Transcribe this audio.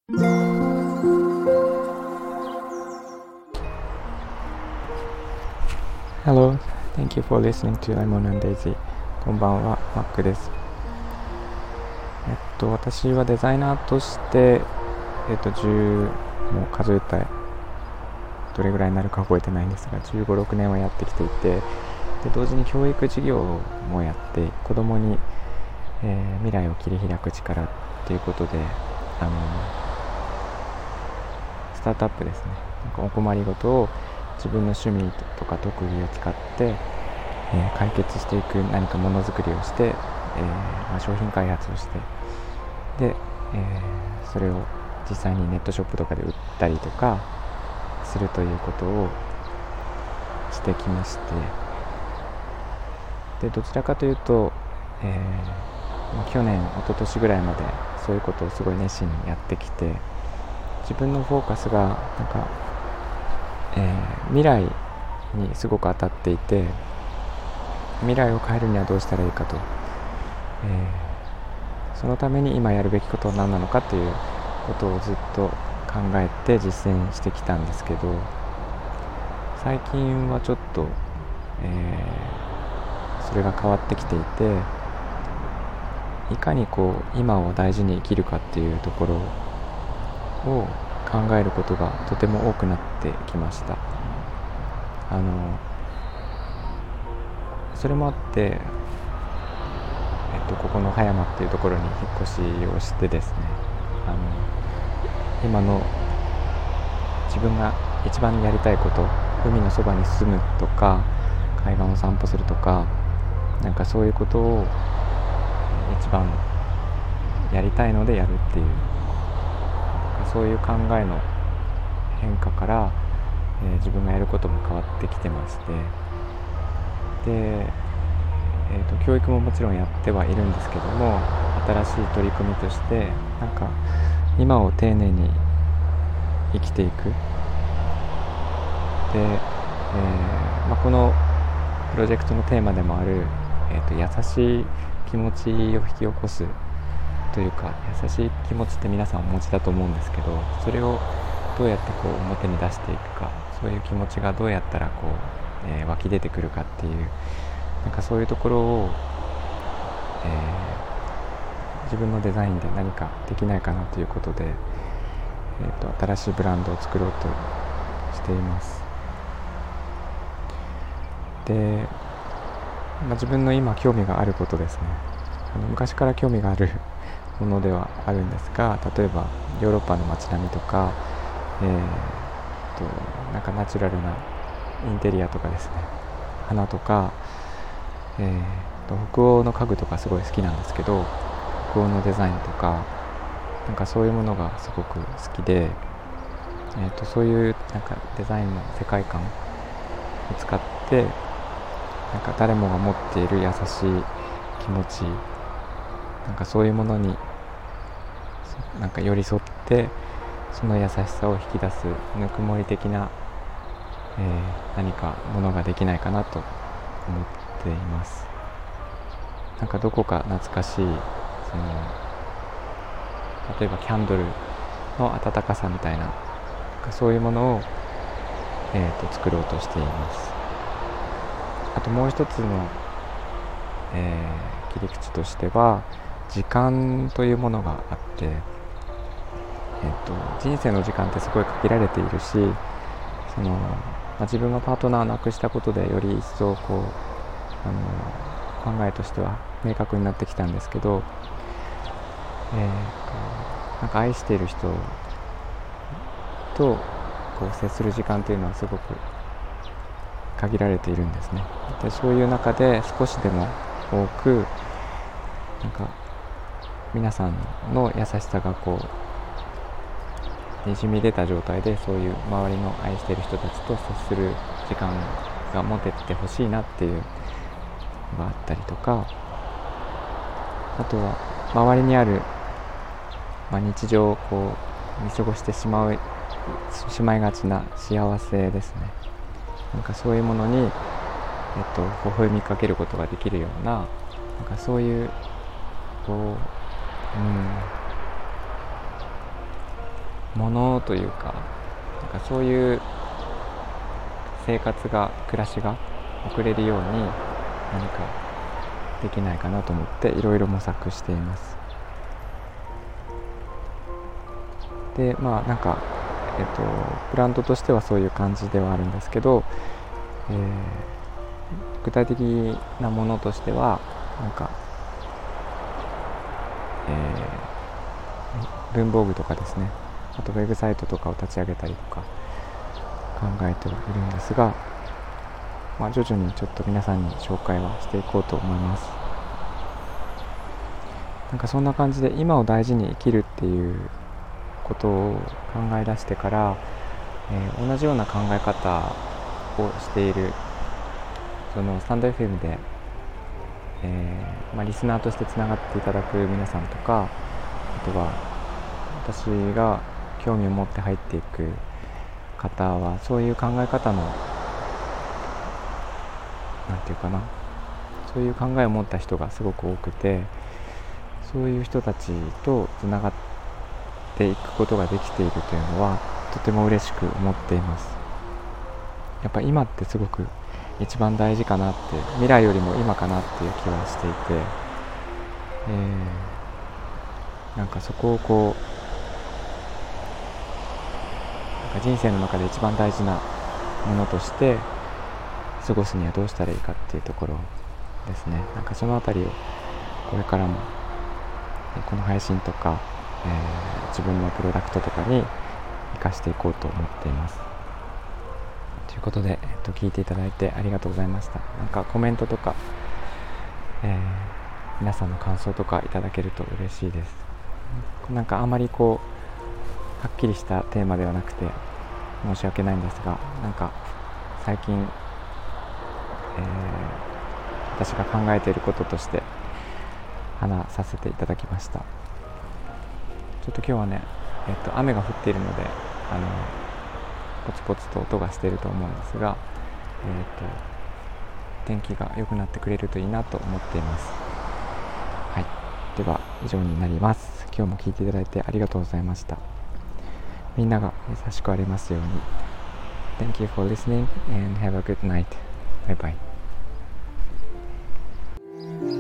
Hello, thank you for listening to Lemon and Daisy. こんばんは、マックです。私はデザイナーとして、もう数えたいどれぐらいになるか覚えてないんですが、15、6年はやってきていて、で同時に教育事業もやって、子供に、未来を切り開く力っていうことで、スタートアップですね。なんかお困りごとを自分の趣味とか特技を使って、解決していく何かものづくりをして、商品開発をしてで、それを実際にネットショップとかで売ったりとかするということをしてきまして、でどちらかというと、去年一昨年ぐらいまでそういうことをすごい熱心にやってきて、自分のフォーカスがなんか未来にすごく当たっていて、未来を変えるにはどうしたらいいかと、そのために今やるべきことは何なのかということをずっと考えて実践してきたんですけど、最近はちょっと、それが変わってきていて、いかに今を大事に生きるかっていうところを考えることがとても多くなってきました。それもあって、ここの葉山っていうところに引っ越しをしてですね、今の自分が一番やりたいこと、海のそばに住むとか海岸を散歩するとか、なんかそういうことを一番やりたいのでやるっていう、そういう考えの変化から、自分がやることも変わってきてまして、で、教育ももちろんやってはいるんですけども、新しい取り組みとしてなんか今を丁寧に生きていくで、このプロジェクトのテーマでもある、優しい気持ちを引き起こすというか、優しい気持ちって皆さんお持ちだと思うんですけど、それをどうやって表に出していくか、そういう気持ちがどうやったら湧き出てくるかっていう、なんかそういうところを、自分のデザインで何かできないかなということで、新しいブランドを作ろうとしています。で、自分の今興味があることですね。昔から興味があるものではあるんですが、例えばヨーロッパの街並みとか、なんかナチュラルなインテリアとかですね、花とか、北欧の家具とかすごい好きなんですけど、北欧のデザインとか、なんかそういうものがすごく好きで、そういうなんかデザインの世界観を使って、なんか誰もが持っている優しい気持ち、なんかそういうものになんか寄り添って、その優しさを引き出すぬくもり的な、何かものができないかなと思っています。なんかどこか懐かしい、例えばキャンドルの温かさみたいな、そういうものを、作ろうとしています。あともう一つの、切り口としては、時間というものがあって、人生の時間ってすごい限られているし、自分がパートナーを亡くしたことでより一層考えとしては明確になってきたんですけど、なんか愛している人と接する時間というのはすごく限られているんですね。でそういう中で少しでも多くなんか皆さんの優しさがにじみ出た状態で、そういう周りの愛している人たちと接する時間が持ててほしいなっていうのがあったりとか、あとは周りにある、日常を見過ごしてしまいがちな幸せですね。なんかそういうものに、微笑みかけることができるような、なんかそういうものというか、なんかそういう生活が暮らしが送れるように何かできないかなと思っていろいろ模索しています。でなんかブランドとしてはそういう感じではあるんですけど、具体的なものとしてはなんか、文房具とかですね、あとウェブサイトとかを立ち上げたりとか考えてはいるんですが、徐々にちょっと皆さんに紹介はしていこうと思います。なんかそんな感じで今を大事に生きるっていうことを考え出してから、同じような考え方をしているそのスタンド FM で、リスナーとしてつながっていただく皆さんとか、あとは私が興味を持って入っていく方はそういう考え方のなんていうかな、そういう考えを持った人がすごく多くて、そういう人たちとつながっていくことができているというのはとても嬉しく思っています。やっぱ今ってすごく一番大事かなって、未来よりも今かなっていう気はしていて、なんかそこをこうなんか人生の中で一番大事なものとして過ごすにはどうしたらいいかっていうところですね。なんかそのあたりをこれからもこの配信とか、自分のプロダクトとかに生かしていこうと思っています。ということで、聞いていただいてありがとうございました。なんかコメントとか、皆さんの感想とかいただけると嬉しいです。なんかあまりこうはっきりしたテーマではなくて申し訳ないんですが、なんか最近、私が考えていることとして話させていただきました。ちょっと今日はね、雨が降っているのでポツポツと音がしていると思うんですが、天気が良くなってくれるといいなと思っています。はい、では以上になります。今日も聞いていただいてありがとうございました。みんなが優しくありますように。 Thank you for listening and have a good night. Bye bye.